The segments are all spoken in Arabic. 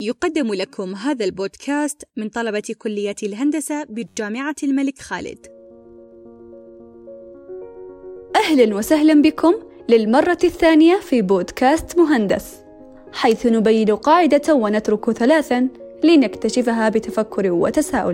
يقدم لكم هذا البودكاست من طلبة كلية الهندسة بجامعة الملك خالد. أهلاً وسهلاً بكم للمرة الثانية في بودكاست مهندس، حيث نبين قاعدة ونترك ثلاثاً لنكتشفها بتفكر وتساؤل.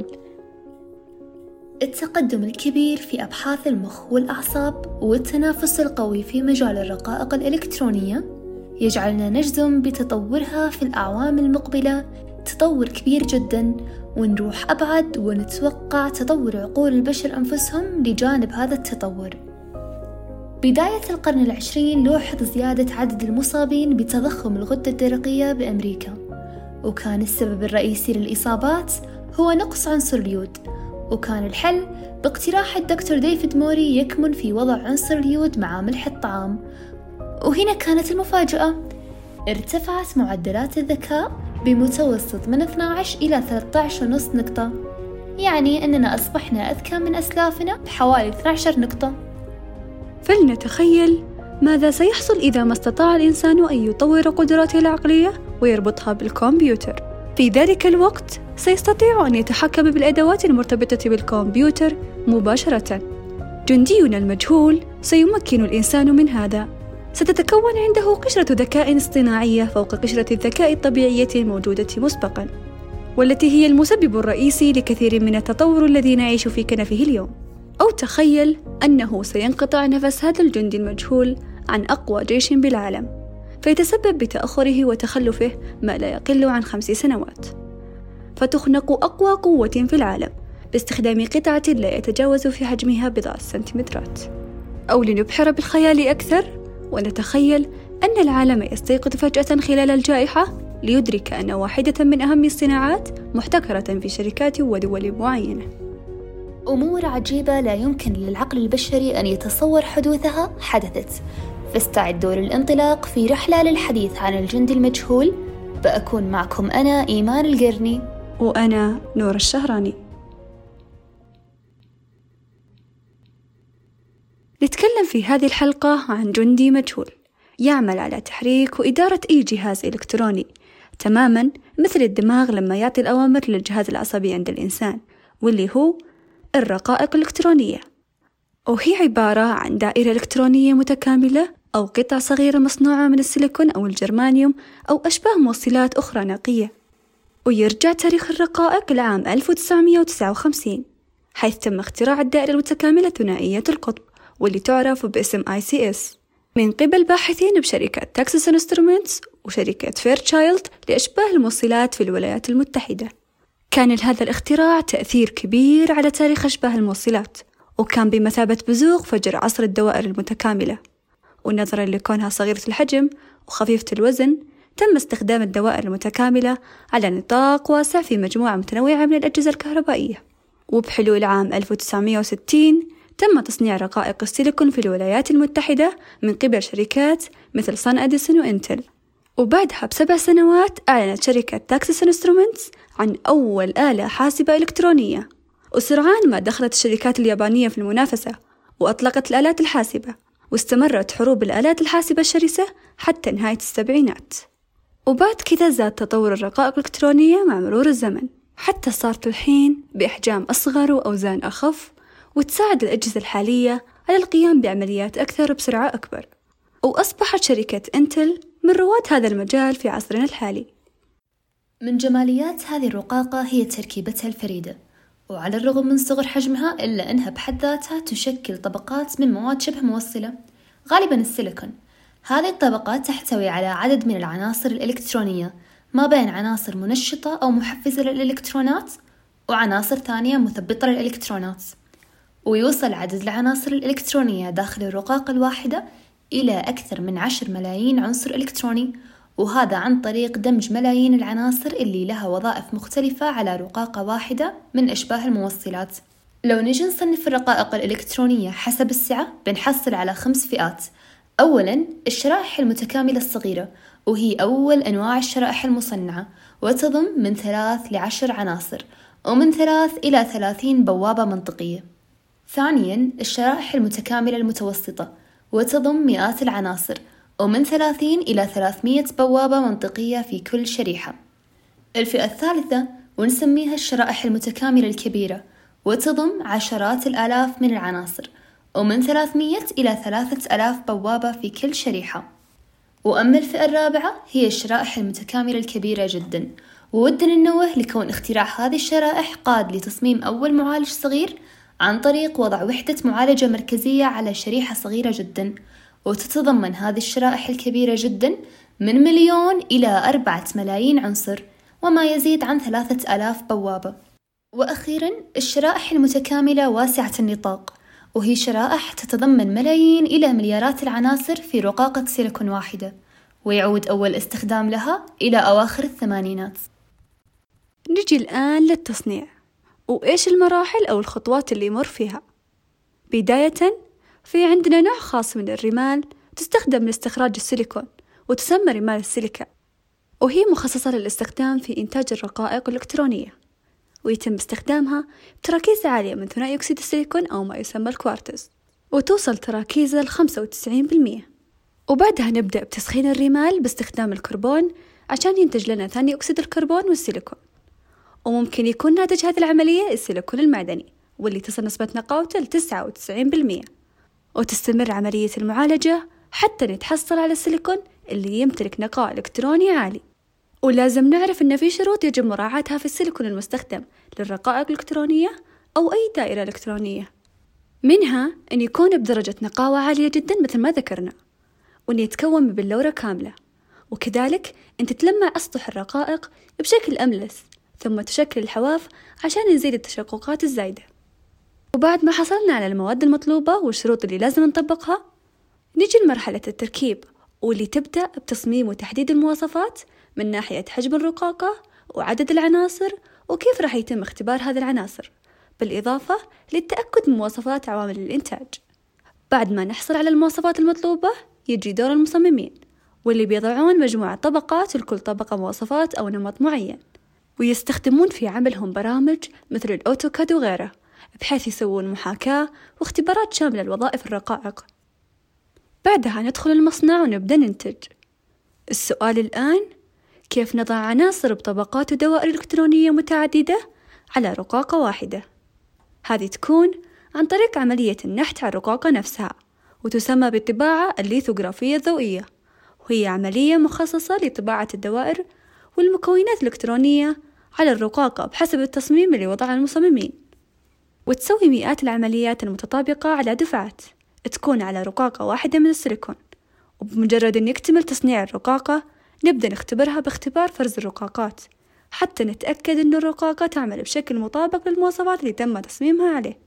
التقدم الكبير في أبحاث المخ والأعصاب والتنافس القوي في مجال الرقائق الإلكترونية يجعلنا نجزم بتطورها في الأعوام المقبلة تطور كبير جداً، ونروح أبعد ونتوقع تطور عقول البشر أنفسهم لجانب هذا التطور. بداية القرن العشرين لوحظ زيادة عدد المصابين بتضخم الغدة الدرقية بأمريكا، وكان السبب الرئيسي للإصابات هو نقص عنصر اليود، وكان الحل باقتراح الدكتور ديفيد موري يكمن في وضع عنصر اليود مع ملح الطعام. وهنا كانت المفاجأة، ارتفعت معدلات الذكاء بمتوسط من 12 إلى 13.5 نقطة، يعني أننا أصبحنا أذكى من أسلافنا بحوالي 12 نقطة. فلنتخيل ماذا سيحصل إذا ما استطاع الإنسان أن يطور قدراته العقلية ويربطها بالكمبيوتر. في ذلك الوقت سيستطيع أن يتحكم بالأدوات المرتبطة بالكمبيوتر مباشرة. جندينا المجهول سيمكن الإنسان من هذا. ستتكون عنده قشرة ذكاء اصطناعية فوق قشرة الذكاء الطبيعية الموجودة مسبقاً، والتي هي المسبب الرئيسي لكثير من التطور الذي نعيش في كنفه اليوم. أو تخيل أنه سينقطع نفس هذا الجندي المجهول عن أقوى جيش بالعالم، فيتسبب بتأخره وتخلفه ما لا يقل عن 5 سنوات، فتخنق أقوى قوة في العالم باستخدام قطعة لا يتجاوز في حجمها بضعة سنتيمترات. أو لنبحر بالخيال أكثر ونتخيل أن العالم يستيقظ فجأة خلال الجائحة ليدرك أن واحدة من أهم الصناعات محتكرة في شركات ودول معينة. أمور عجيبة لا يمكن للعقل البشري أن يتصور حدوثها حدثت، فاستعدوا للانطلاق في رحلة للحديث عن الجندي المجهول. بأكون معكم أنا إيمان القرني، وأنا نور الشهراني. نتكلم في هذه الحلقة عن جندي مجهول يعمل على تحريك وإدارة أي جهاز إلكتروني، تماماً مثل الدماغ لما يعطي الأوامر للجهاز العصبي عند الإنسان، واللي هو الرقائق الإلكترونية. وهي عبارة عن دائرة إلكترونية متكاملة أو قطع صغيرة مصنوعة من السيليكون أو الجرمانيوم أو أشباه موصلات أخرى نقية. ويرجع تاريخ الرقائق لعام 1959، حيث تم اختراع الدائرة المتكاملة ثنائية القطب، واللي تعرف باسم ICS، من قبل باحثين بشركة تكساس انسترومنتس وشركة فيرتشايلد لأشباه الموصلات في الولايات المتحدة. كان لهذا الاختراع تأثير كبير على تاريخ أشباه الموصلات، وكان بمثابة بزوغ فجر عصر الدوائر المتكاملة. ونظرا لكونها صغيرة الحجم وخفيفة الوزن، تم استخدام الدوائر المتكاملة على نطاق واسع في مجموعة متنوعة من الأجهزة الكهربائية. وبحلول عام 1960 تم تصنيع رقائق السيليكون في الولايات المتحدة من قبل شركات مثل صن أديسون وإنتل. وبعدها ب7 سنوات أعلنت شركة تكساس انسترومنتس عن أول آلة حاسبة إلكترونية. وسرعان ما دخلت الشركات اليابانية في المنافسة وأطلقت الآلات الحاسبة، واستمرت حروب الآلات الحاسبة الشرسة حتى نهاية السبعينات. وبعد كذا زاد تطور الرقائق الإلكترونية مع مرور الزمن، حتى صارت الحين بأحجام أصغر وأوزان أخف، وتساعد الأجهزة الحالية على القيام بعمليات أكثر بسرعة أكبر. وأصبحت شركة إنتل من رواد هذا المجال في عصرنا الحالي. من جماليات هذه الرقاقة هي تركيبتها الفريدة، وعلى الرغم من صغر حجمها إلا أنها بحد ذاتها تشكل طبقات من مواد شبه موصلة، غالبا السيليكون. هذه الطبقات تحتوي على عدد من العناصر الإلكترونية، ما بين عناصر منشطة أو محفزة للإلكترونات وعناصر ثانية مثبطة للإلكترونات. ويوصل عدد العناصر الإلكترونية داخل الرقاقة الواحدة إلى أكثر من 10 ملايين عنصر إلكتروني، وهذا عن طريق دمج ملايين العناصر اللي لها وظائف مختلفة على رقاقة واحدة من أشباه الموصلات. لو نجي نصنف الرقائق الإلكترونية حسب السعة بنحصل على 5 فئات. أولاً الشرائح المتكاملة الصغيرة، وهي أول أنواع الشرائح المصنعة، وتضم من 3 ل 10 عناصر ومن 3 إلى 30 بوابة منطقية. ثانياً الشرائح المتكاملة المتوسطة، وتضم مئات العناصر ومن 30 إلى 300 بوابة منطقية في كل شريحة. الفئة الثالثة ونسميها الشرائح المتكاملة الكبيرة، وتضم عشرات الآلاف من العناصر، ومن 300 إلى 3000 بوابة في كل شريحة. وأما الفئة الرابعة هي الشرائح المتكاملة الكبيرة جدا، وودنا ننوه لكون اختراع هذه الشرائح قاد لتصميم أول معالج صغير عن طريق وضع وحدة معالجة مركزية على شريحة صغيرة جدا، وتتضمن هذه الشرائح الكبيرة جدا من 1,000,000 إلى 4,000,000 عنصر، وما يزيد عن 3000 بوابة. وأخيرا الشرائح المتكاملة واسعة النطاق، وهي شرائح تتضمن ملايين إلى مليارات العناصر في رقاقة سيليكون واحدة، ويعود أول استخدام لها إلى أواخر الثمانينات. نجي الآن للتصنيع، وإيش المراحل أو الخطوات اللي يمر فيها. بداية في عندنا نوع خاص من الرمال تستخدم لاستخراج السيليكون، وتسمى رمال السيليكا، وهي مخصصة للاستخدام في إنتاج الرقائق الإلكترونية، ويتم استخدامها بتراكيز عالية من ثنائي أكسيد السيليكون أو ما يسمى الكوارتز، وتوصل تراكيزها 95%. وبعدها نبدأ بتسخين الرمال باستخدام الكربون عشان ينتج لنا ثاني أكسيد الكربون والسيليكون، وممكن يكون ناتج هذه العملية السيليكون المعدني واللي تصل نسبة نقاوته 99%. وتستمر عملية المعالجة حتى نتحصل على السيليكون اللي يمتلك نقاء إلكتروني عالي. ولازم نعرف أن في شروط يجب مراعاتها في السيليكون المستخدم للرقائق الإلكترونية أو أي دائرة إلكترونية، منها أن يكون بدرجة نقاوة عالية جدا مثل ما ذكرنا، وأن يتكون من بلورة كاملة، وكذلك أن تتلمع أسطح الرقائق بشكل أملس ثم تشكل الحواف عشان نزيد التشققات الزايدة. وبعد ما حصلنا على المواد المطلوبة والشروط اللي لازم نطبقها، نجي لمرحلة التركيب، واللي تبدأ بتصميم وتحديد المواصفات من ناحية حجم الرقاقة وعدد العناصر وكيف راح يتم اختبار هذه العناصر، بالإضافة للتأكد من مواصفات عوامل الإنتاج. بعد ما نحصل على المواصفات المطلوبة يجي دور المصممين، واللي بيضعون مجموعة طبقات لكل طبقة مواصفات أو نمط معين، ويستخدمون في عملهم برامج مثل الأوتوكاد وغيره، بحيث يسوون محاكاة واختبارات شاملة لوظائف الرقائق. بعدها ندخل المصنع ونبدأ ننتج. السؤال الآن، كيف نضع عناصر بطبقات ودوائر إلكترونية متعددة على رقاقة واحدة؟ هذه تكون عن طريق عملية النحت على الرقاقة نفسها، وتسمى بالطباعة الليثوغرافية الضوئية، وهي عملية مخصصة لطباعة الدوائر والمكونات الإلكترونية على الرقاقة بحسب التصميم اللي وضعه المصممين، وتسوي مئات العمليات المتطابقة على دفعات تكون على رقاقة واحدة من السيليكون. وبمجرد أن يكتمل تصنيع الرقاقة نبدأ نختبرها باختبار فرز الرقاقات حتى نتأكد أن الرقاقة تعمل بشكل مطابق للمواصفات اللي تم تصميمها عليه.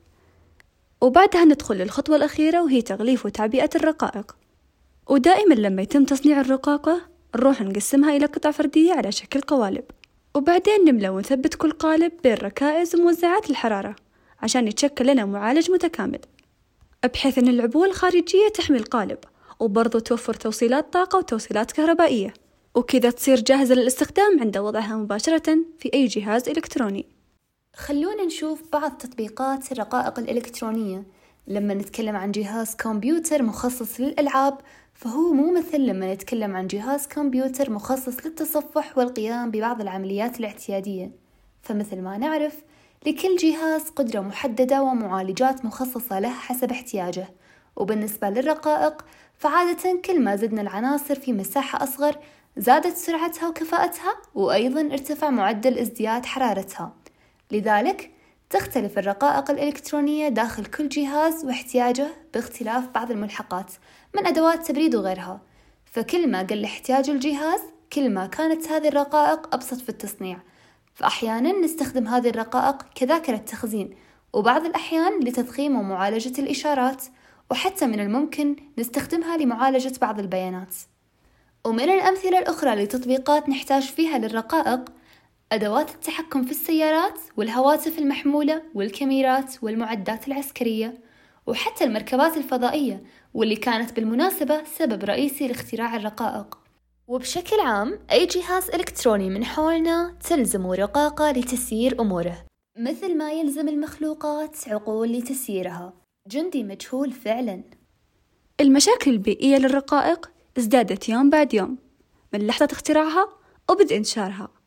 وبعدها ندخل للخطوة الأخيرة، وهي تغليف وتعبئة الرقائق. ودائما لما يتم تصنيع الرقاقة نروح نقسمها إلى قطع فردية على شكل قوالب، وبعدين نملى ونثبت كل قالب بين ركائز وموزعات الحرارة عشان يتشكل لنا معالج متكامل، بحيث أن العبوة الخارجية تحمي القالب وبرضو توفر توصيلات طاقة وتوصيلات كهربائية، وكذا تصير جاهزة للاستخدام عند وضعها مباشرة في أي جهاز إلكتروني. خلونا نشوف بعض تطبيقات الرقائق الإلكترونية. لما نتكلم عن جهاز كمبيوتر مخصص للألعاب، فهو مو مثل لما نتكلم عن جهاز كمبيوتر مخصص للتصفح والقيام ببعض العمليات الاعتيادية. فمثل ما نعرف لكل جهاز قدرة محددة ومعالجات مخصصة له حسب احتياجه. وبالنسبة للرقائق فعادة كل ما زدنا العناصر في مساحة أصغر زادت سرعتها وكفاءتها، وأيضا ارتفع معدل ازدياد حرارتها. لذلك تختلف الرقائق الإلكترونية داخل كل جهاز واحتياجه باختلاف بعض الملحقات من أدوات تبريد وغيرها. فكل ما قل احتياج الجهاز كل ما كانت هذه الرقائق أبسط في التصنيع. فأحيانا نستخدم هذه الرقائق كذاكرة تخزين، وبعض الأحيان لتضخيم ومعالجة الإشارات، وحتى من الممكن نستخدمها لمعالجة بعض البيانات. ومن الأمثلة الأخرى لتطبيقات نحتاج فيها للرقائق أدوات التحكم في السيارات والهواتف المحمولة والكاميرات والمعدات العسكرية، وحتى المركبات الفضائية، واللي كانت بالمناسبة سبب رئيسي لاختراع الرقائق. وبشكل عام أي جهاز إلكتروني من حولنا تلزم رقاقة لتسيير أموره، مثل ما يلزم المخلوقات عقول لتسييرها. جندي مجهول فعلا. المشاكل البيئية للرقائق ازدادت يوم بعد يوم من لحظة اختراعها وبدء انتشارها،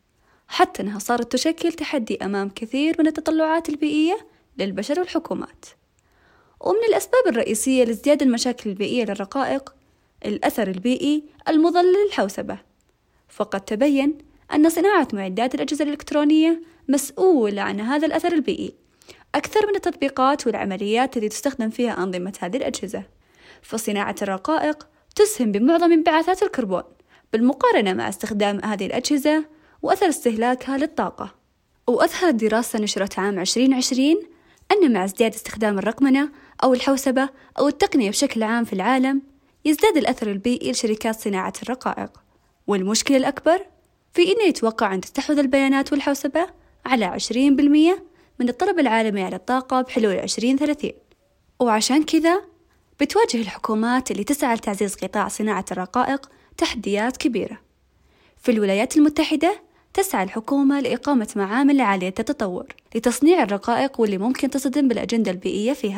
حتى أنها صارت تشكل تحدي أمام كثير من التطلعات البيئية للبشر والحكومات. ومن الأسباب الرئيسية لازدياد المشاكل البيئية للرقائق الأثر البيئي المظلل للحوسبة. فقد تبين أن صناعة معدات الأجهزة الإلكترونية مسؤولة عن هذا الأثر البيئي أكثر من التطبيقات والعمليات التي تستخدم فيها أنظمة هذه الأجهزة. فصناعة الرقائق تسهم بمعظم انبعاثات الكربون بالمقارنة مع استخدام هذه الأجهزة وأثر استهلاكها للطاقة. وأظهرت دراسة نشرت عام 2020 أن مع ازدياد استخدام الرقمنة أو الحوسبة أو التقنية بشكل عام في العالم يزداد الأثر البيئي لشركات صناعة الرقائق. والمشكلة الأكبر في أنه يتوقع أن تستحوذ البيانات والحوسبة على 20% من الطلب العالمي على الطاقة بحلول 2030. وعشان كذا بتواجه الحكومات اللي تسعى لتعزيز قطاع صناعة الرقائق تحديات كبيرة. في الولايات المتحدة تسعى الحكومة لإقامة معامل عالية التطور لتصنيع الرقائق واللي ممكن تصطدم بالأجندة البيئية فيها.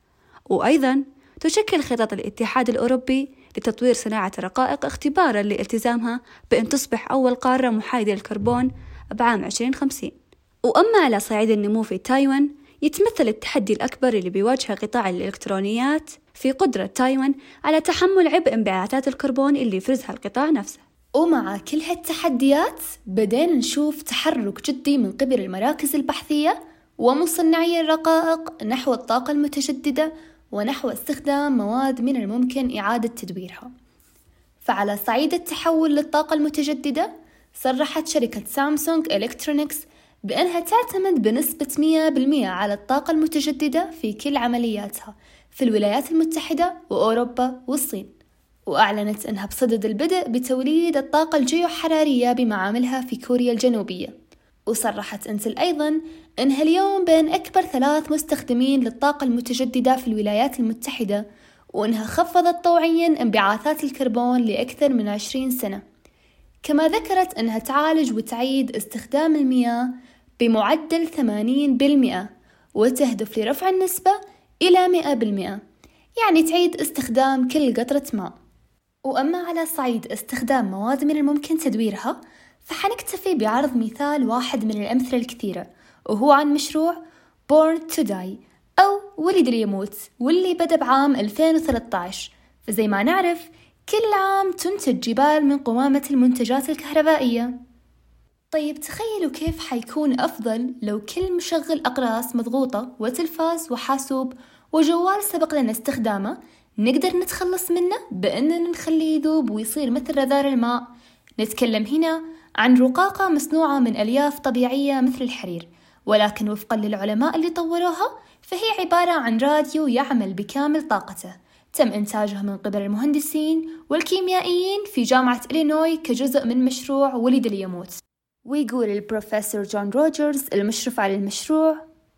وأيضا تشكل خطط الاتحاد الأوروبي لتطوير صناعة الرقائق اختبارا لالتزامها بأن تصبح أول قارة محايدة للكربون بعام 2050. وأما على صعيد النمو في تايوان يتمثل التحدي الأكبر اللي بيواجهه قطاع الإلكترونيات في قدرة تايوان على تحمل عبء انبعاثات الكربون اللي يفرزها القطاع نفسه. ومع كل هالتحديات بدينا نشوف تحرك جدي من قبل المراكز البحثية ومصنعي الرقائق نحو الطاقة المتجددة ونحو استخدام مواد من الممكن إعادة تدويرها. فعلى صعيد التحول للطاقة المتجددة صرحت شركة سامسونج إلكترونيكس بأنها تعتمد بنسبة 100% على الطاقة المتجددة في كل عملياتها في الولايات المتحدة وأوروبا والصين. وأعلنت أنها بصدد البدء بتوليد الطاقة الجيوحرارية بمعاملها في كوريا الجنوبية. وصرحت إنتل أيضاً أنها اليوم بين أكبر 3 مستخدمين للطاقة المتجددة في الولايات المتحدة، وأنها خفضت طوعياً انبعاثات الكربون لأكثر من 20 سنة. كما ذكرت أنها تعالج وتعيد استخدام المياه بمعدل 80% وتهدف لرفع النسبة إلى 100%، يعني تعيد استخدام كل قطرة ماء. وأما على صعيد استخدام مواد من الممكن تدويرها فحنكتفي بعرض مثال واحد من الأمثلة الكثيرة، وهو عن مشروع Born to Die أو ولد ليموت، واللي بدأ بعام 2013. فزي ما نعرف كل عام تنتج جبال من قمامة المنتجات الكهربائية. طيب تخيلوا كيف حيكون أفضل لو كل مشغل أقراص مضغوطة وتلفاز وحاسوب وجوال سبق لنا استخدامه نقدر نتخلص منه بأننا نخليه يذوب ويصير مثل رذاذ الماء. نتكلم هنا عن رقاقة مصنوعة من ألياف طبيعية مثل الحرير، ولكن وفقا للعلماء اللي طوروها فهي عبارة عن راديو يعمل بكامل طاقته، تم إنتاجه من قبل المهندسين والكيميائيين في جامعة إلينوي كجزء من مشروع ولد ليموت. ويقول البروفيسور جون روجرز المشرف على المشروع: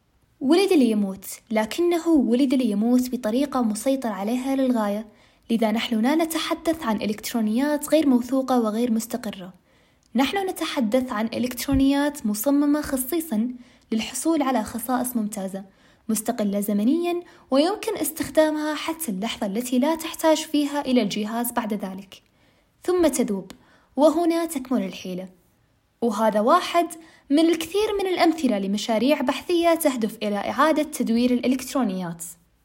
ولد ليموت، لكنه ولد ليموت بطريقة مسيطر عليها للغاية، لذا نحن لا نتحدث عن إلكترونيات غير موثوقة وغير مستقرة، نحن نتحدث عن إلكترونيات مصممة خصيصا للحصول على خصائص ممتازة مستقلة زمنيا، ويمكن استخدامها حتى اللحظة التي لا تحتاج فيها إلى الجهاز بعد ذلك، ثم تذوب، وهنا تكمن الحيلة. وهذا واحد من الكثير من الأمثلة لمشاريع بحثية تهدف إلى إعادة تدوير الإلكترونيات.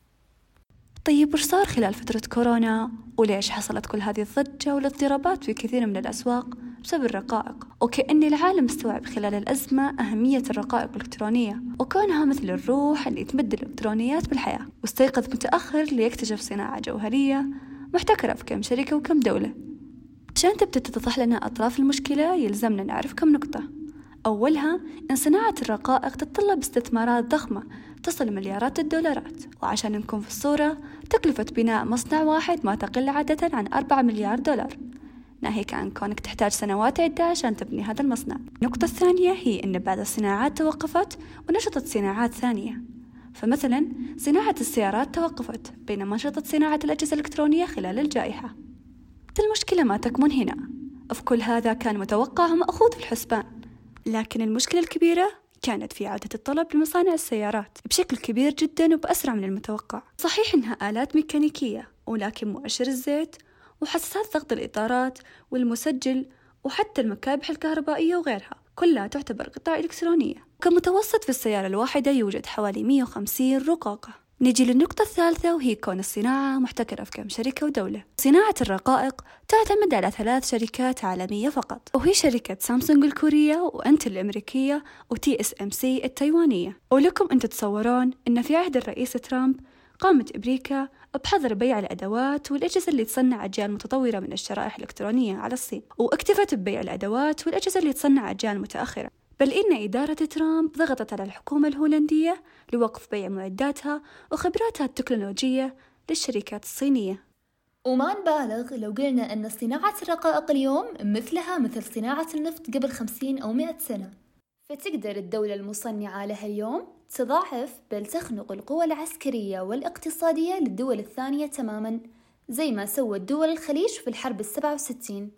طيب وش صار خلال فترة كورونا؟ وليش حصلت كل هذه الضجة والاضطرابات في كثير من الأسواق بسبب الرقائق؟ وكأن العالم استوعب خلال الأزمة أهمية الرقائق الإلكترونية وكونها مثل الروح اللي تمد الإلكترونيات بالحياة، واستيقظ متأخر ليكتشف صناعة جوهرية محتكرة في كم شركة وكم دولة. عشان تبدأ تتضح لنا أطراف المشكلة يلزمنا نعرف كم نقطة. أولها إن صناعة الرقائق تتطلب استثمارات ضخمة تصل مليارات الدولارات، وعشان نكون في الصورة تكلفة بناء مصنع واحد ما تقل عادة عن 4 مليار دولار، ناهيك عن كونك تحتاج سنوات عدة عشان تبني هذا المصنع. النقطة الثانية هي إن بعض الصناعات توقفت ونشطت صناعات ثانية، فمثلا صناعة السيارات توقفت بينما نشطت صناعة الأجهزة الإلكترونية خلال الجائحة. المشكلة ما تكمن هنا، في كل هذا كان متوقع ومأخوذ في الحسبان، لكن المشكلة الكبيرة كانت في عودة الطلب لمصانع السيارات بشكل كبير جدا وبأسرع من المتوقع. صحيح إنها آلات ميكانيكية، ولكن مؤشر الزيت وحساسات ضغط الإطارات والمسجل وحتى المكابح الكهربائية وغيرها كلها تعتبر قطع إلكترونية. كمتوسط في السيارة الواحدة يوجد حوالي 150 رقاقة. نجي للنقطة الثالثة، وهي كون الصناعة محتكرة في كم شركة ودولة. صناعة الرقائق تعتمد على 3 شركات عالمية فقط، وهي شركة سامسونج الكورية، وأنتل الأمريكية، وTSMC التايوانية. ولكم أن تتصورون أن في عهد الرئيس ترامب قامت أمريكا بحظر بيع الأدوات والأجهزة اللي تصنع أجيال متطورة من الشرائح الإلكترونية على الصين، واكتفت ببيع الأدوات والأجهزة اللي تصنع أجيال متأخرة. بل إن إدارة ترامب ضغطت على الحكومة الهولندية لوقف بيع معداتها وخبراتها التكنولوجية للشركات الصينية. وما نبالغ لو قلنا أن صناعة الرقائق اليوم مثلها مثل صناعة النفط قبل 50 أو 100 سنة. فتقدر الدولة المصنعة لها اليوم تضاعف بل تخنق القوى العسكرية والاقتصادية للدول الثانية تماما، زي ما سوت دول الخليج في الحرب 67.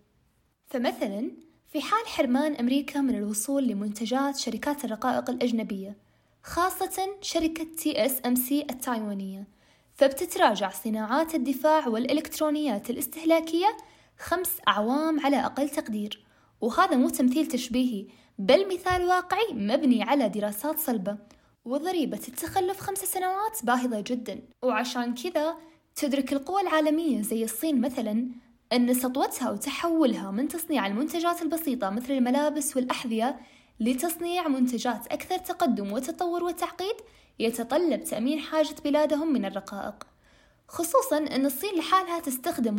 فمثلا في حال حرمان أمريكا من الوصول لمنتجات شركات الرقائق الأجنبية، خاصة شركة TSMC التايوانية، فبتتراجع صناعات الدفاع والإلكترونيات الاستهلاكية 5 أعوام على أقل تقدير. وهذا مو تمثيل تشبيهي، بل مثال واقعي مبني على دراسات صلبة. وضريبة التخلف 5 سنوات باهظة جدا. وعشان كذا تدرك القوى العالمية زي الصين مثلا أن سطوتها وتحولها من تصنيع المنتجات البسيطة مثل الملابس والأحذية لتصنيع منتجات أكثر تقدم وتطور وتعقيد يتطلب تأمين حاجة بلادهم من الرقائق، خصوصا أن الصين لحالها تستخدم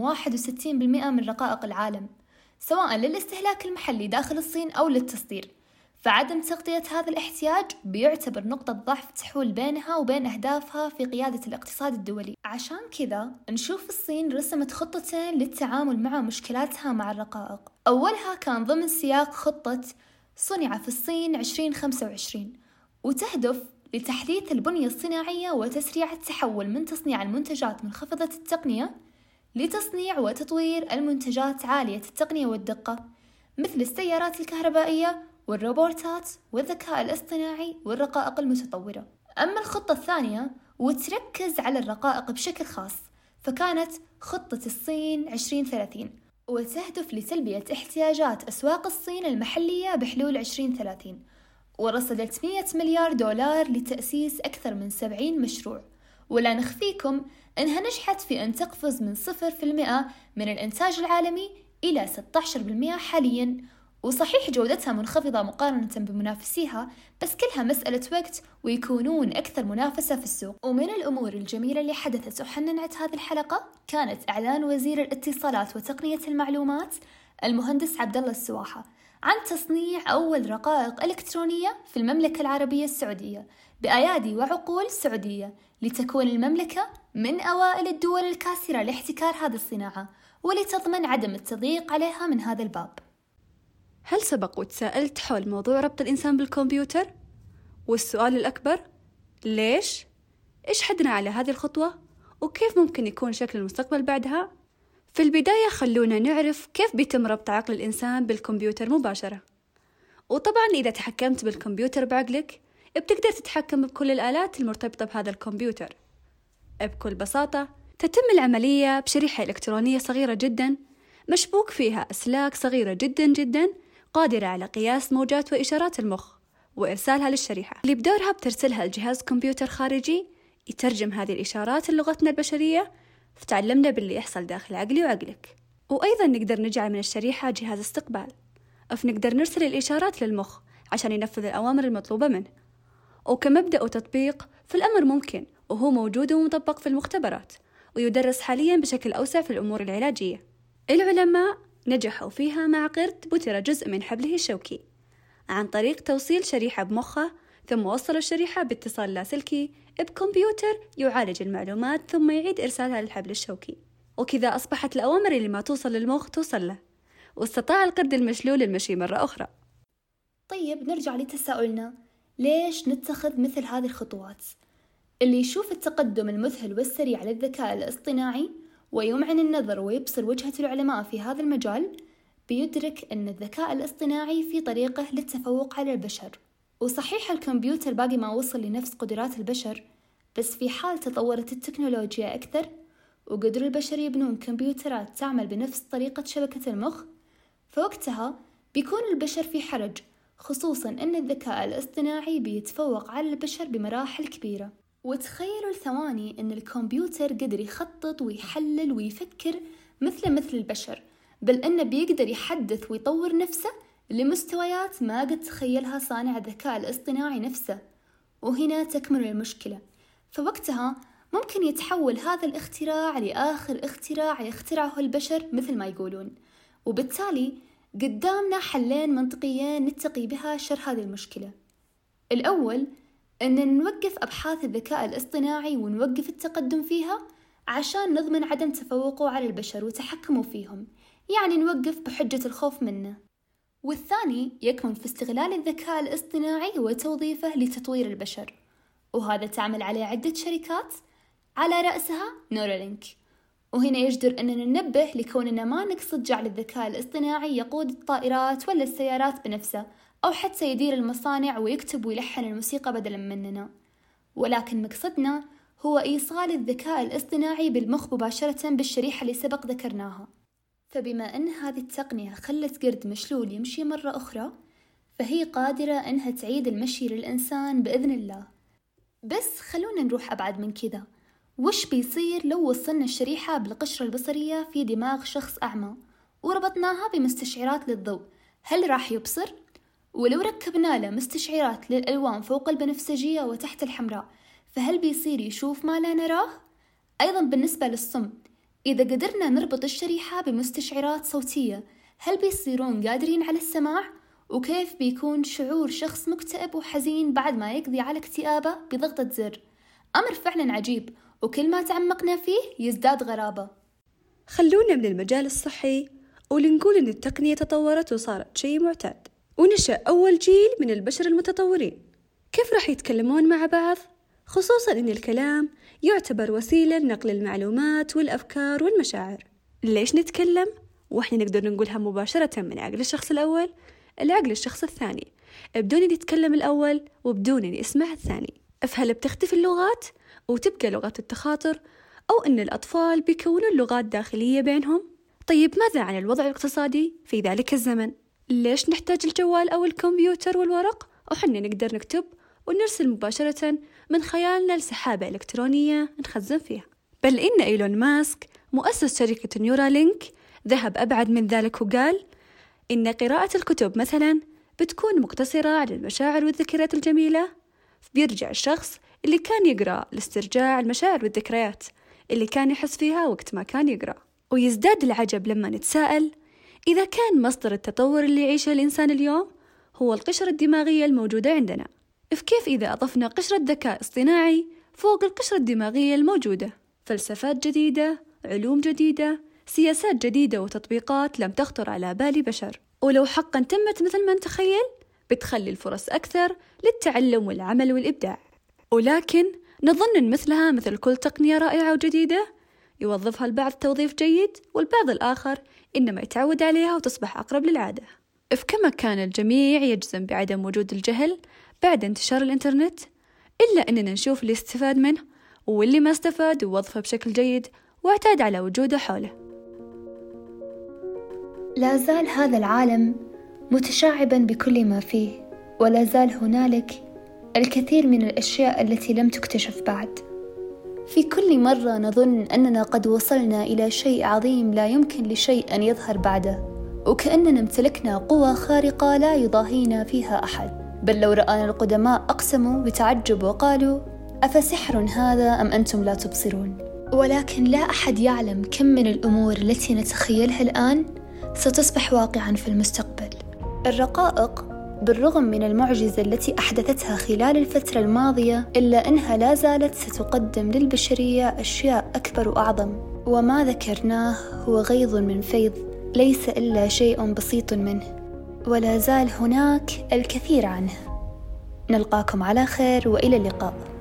61% من رقائق العالم، سواء للاستهلاك المحلي داخل الصين أو للتصدير. فعدم تغطية هذا الاحتياج بيعتبر نقطة ضعف تحول بينها وبين أهدافها في قيادة الاقتصاد الدولي. عشان كذا نشوف الصين رسمت خطتين للتعامل مع مشكلاتها مع الرقائق. أولها كان ضمن سياق خطة صنع في الصين 2025، وتهدف لتحديث البنية الصناعية وتسريع التحول من تصنيع المنتجات منخفضة التقنية لتصنيع وتطوير المنتجات عالية التقنية والدقة، مثل السيارات الكهربائية والروبوتات والذكاء الاصطناعي والرقائق المتطورة. أما الخطة الثانية وتركز على الرقائق بشكل خاص، فكانت خطة الصين 2030، وتهدف لتلبية احتياجات أسواق الصين المحلية بحلول 2030، ورصدت 100 مليار دولار لتأسيس أكثر من 70 مشروع. ولا نخفيكم أنها نجحت في أن تقفز من 0% من الإنتاج العالمي إلى 16% حالياً. وصحيح جودتها منخفضة مقارنة بمنافسيها، بس كلها مسألة وقت ويكونون أكثر منافسة في السوق. ومن الأمور الجميلة اللي حدثت وحننت هذه الحلقة كانت إعلان وزير الاتصالات وتقنية المعلومات المهندس عبد الله السواحة عن تصنيع أول رقائق إلكترونية في المملكة العربية السعودية بأيادي وعقول سعودية، لتكون المملكة من أوائل الدول الكاسرة لاحتكار هذه الصناعة، ولتضمن عدم التضييق عليها من هذا الباب. هل سبق وتساءلت حول موضوع ربط الإنسان بالكمبيوتر؟ والسؤال الأكبر، ليش؟ إيش حدنا على هذه الخطوة؟ وكيف ممكن يكون شكل المستقبل بعدها؟ في البداية خلونا نعرف كيف بيتم ربط عقل الإنسان بالكمبيوتر مباشرة. وطبعاً إذا تحكمت بالكمبيوتر بعقلك بتقدر تتحكم بكل الآلات المرتبطة بهذا الكمبيوتر. بكل بساطة تتم العملية بشريحة إلكترونية صغيرة جداً مشبوك فيها أسلاك صغيرة جداً جداً قادرة على قياس موجات وإشارات المخ وإرسالها للشريحة اللي بدورها بترسلها لجهاز كمبيوتر خارجي يترجم هذه الإشارات للغتنا البشرية، فتعلمنا باللي يحصل داخل عقلي وعقلك. وأيضا نقدر نجعل من الشريحة جهاز استقبال، فنقدر نرسل الإشارات للمخ عشان ينفذ الأوامر المطلوبة منه. وكمبدأ وتطبيق فالأمر ممكن وهو موجود ومطبق في المختبرات، ويدرس حاليا بشكل أوسع في الأمور العلاجية. العلماء نجحوا فيها مع قرد بتر جزء من حبله الشوكي عن طريق توصيل شريحة بمخه، ثم وصل الشريحة باتصال لاسلكي بكمبيوتر يعالج المعلومات ثم يعيد إرسالها للحبل الشوكي، وكذا أصبحت الأوامر اللي ما توصل للمخ توصل له، واستطاع القرد المشلول المشي مرة أخرى. طيب نرجع لتساؤلنا، ليش نتخذ مثل هذه الخطوات؟ اللي يشوف التقدم المذهل والسريع للذكاء الاصطناعي ويمعن النظر ويبصر وجهة العلماء في هذا المجال بيدرك أن الذكاء الاصطناعي في طريقه للتفوق على البشر. وصحيح الكمبيوتر باقي ما وصل لنفس قدرات البشر، بس في حال تطورت التكنولوجيا أكثر وقدروا البشر يبنون كمبيوترات تعمل بنفس طريقة شبكة المخ، فوقتها بيكون البشر في حرج خصوصاً أن الذكاء الاصطناعي بيتفوق على البشر بمراحل كبيرة. وتخيلوا لثواني أن الكمبيوتر قدر يخطط ويحلل ويفكر مثل البشر، بل أنه بيقدر يحدث ويطور نفسه لمستويات ما قد تخيلها صانع الذكاء الاصطناعي نفسه. وهنا تكمن المشكلة، فوقتها ممكن يتحول هذا الاختراع لآخر اختراع يخترعه البشر مثل ما يقولون. وبالتالي قدامنا حلين منطقيين نتقي بها شر هذه المشكلة. الأول أن نوقف أبحاث الذكاء الاصطناعي ونوقف التقدم فيها عشان نضمن عدم تفوقه على البشر وتحكمه فيهم، يعني نوقف بحجة الخوف منه. والثاني يكمن في استغلال الذكاء الاصطناعي وتوظيفه لتطوير البشر، وهذا تعمل عليه عدة شركات على رأسها نورالينك. وهنا يجدر أننا ننبه لكوننا ما نقصد جعل الذكاء الاصطناعي يقود الطائرات ولا السيارات بنفسه، أو حتى يدير المصانع ويكتب ويلحن الموسيقى بدلا مننا، ولكن مقصدنا هو إيصال الذكاء الاصطناعي بالمخ مباشرة بالشريحة اللي سبق ذكرناها. فبما أن هذه التقنية خلت قرد مشلول يمشي مرة أخرى، فهي قادرة أنها تعيد المشي للإنسان بإذن الله. بس خلونا نروح أبعد من كذا. وش بيصير لو وصلنا الشريحة بالقشرة البصرية في دماغ شخص أعمى وربطناها بمستشعرات للضوء؟ هل راح يبصر؟ ولو ركبنا له مستشعرات للألوان فوق البنفسجية وتحت الحمراء، فهل بيصير يشوف ما لا نراه؟ أيضا بالنسبة للصم، إذا قدرنا نربط الشريحة بمستشعرات صوتية، هل بيصيرون قادرين على السماع؟ وكيف بيكون شعور شخص مكتئب وحزين بعد ما يقضي على اكتئابه بضغطة زر؟ أمر فعلا عجيب، وكل ما تعمقنا فيه يزداد غرابة. خلونا من المجال الصحي ولنقول إن التقنية تطورت وصارت شيء معتاد، ونشأ أول جيل من البشر المتطورين. كيف راح يتكلمون مع بعض؟ خصوصاً إن الكلام يعتبر وسيلة لنقل المعلومات والأفكار والمشاعر. ليش نتكلم وإحنا نقدر نقولها مباشرة من عقل الشخص الأول لعقل الشخص الثاني، بدون أن يتكلم الأول وبدون أن يسمع الثاني؟ فهل بتختفي اللغات وتبقى لغة التخاطر، أو أن الأطفال بيكونون لغات داخلية بينهم؟ طيب ماذا عن الوضع الاقتصادي في ذلك الزمن؟ ليش نحتاج الجوال أو الكمبيوتر والورق وحنا نقدر نكتب ونرسل مباشرة من خيالنا لسحابة إلكترونية نخزن فيها؟ بل إن إيلون ماسك مؤسس شركة نيورالينك ذهب أبعد من ذلك وقال إن قراءة الكتب مثلا بتكون مقتصرة على المشاعر والذكريات الجميلة، فبيرجع الشخص اللي كان يقرأ لاسترجاع المشاعر والذكريات اللي كان يحس فيها وقت ما كان يقرأ. ويزداد العجب لما نتساءل إذا كان مصدر التطور اللي يعيشه الإنسان اليوم هو القشرة الدماغية الموجودة عندنا، فكيف إذا أضفنا قشرة ذكاء اصطناعي فوق القشرة الدماغية الموجودة؟ فلسفات جديدة، علوم جديدة، سياسات جديدة وتطبيقات لم تخطر على بال بشر، ولو حقا تمت مثل ما نتخيل بتخلي الفرص أكثر للتعلم والعمل والإبداع. ولكن نظن أن مثلها مثل كل تقنية رائعة وجديدة يوظفها البعض توظيف جيد والبعض الآخر إنما يتعود عليها وتصبح أقرب للعادة. فكما كان الجميع يجزم بعدم وجود الجهل بعد انتشار الإنترنت، إلا أننا نشوف اللي استفاد منه واللي ما استفاد ووظفه بشكل جيد واعتاد على وجوده حوله. لا زال هذا العالم متشعبا بكل ما فيه، ولا زال هنالك الكثير من الأشياء التي لم تكتشف بعد. في كل مرة نظن أننا قد وصلنا إلى شيء عظيم لا يمكن لشيء أن يظهر بعده، وكأننا امتلكنا قوة خارقة لا يضاهينا فيها أحد. بل لو رآنا القدماء أقسموا بتعجب وقالوا أفسحر هذا أم أنتم لا تبصرون؟ ولكن لا أحد يعلم كم من الأمور التي نتخيلها الآن ستصبح واقعا في المستقبل. الرقائق بالرغم من المعجزة التي أحدثتها خلال الفترة الماضية، إلا أنها لا زالت ستقدم للبشرية أشياء أكبر وأعظم، وما ذكرناه هو غيض من فيض ليس إلا شيء بسيط منه، ولا زال هناك الكثير عنه. نلقاكم على خير وإلى اللقاء.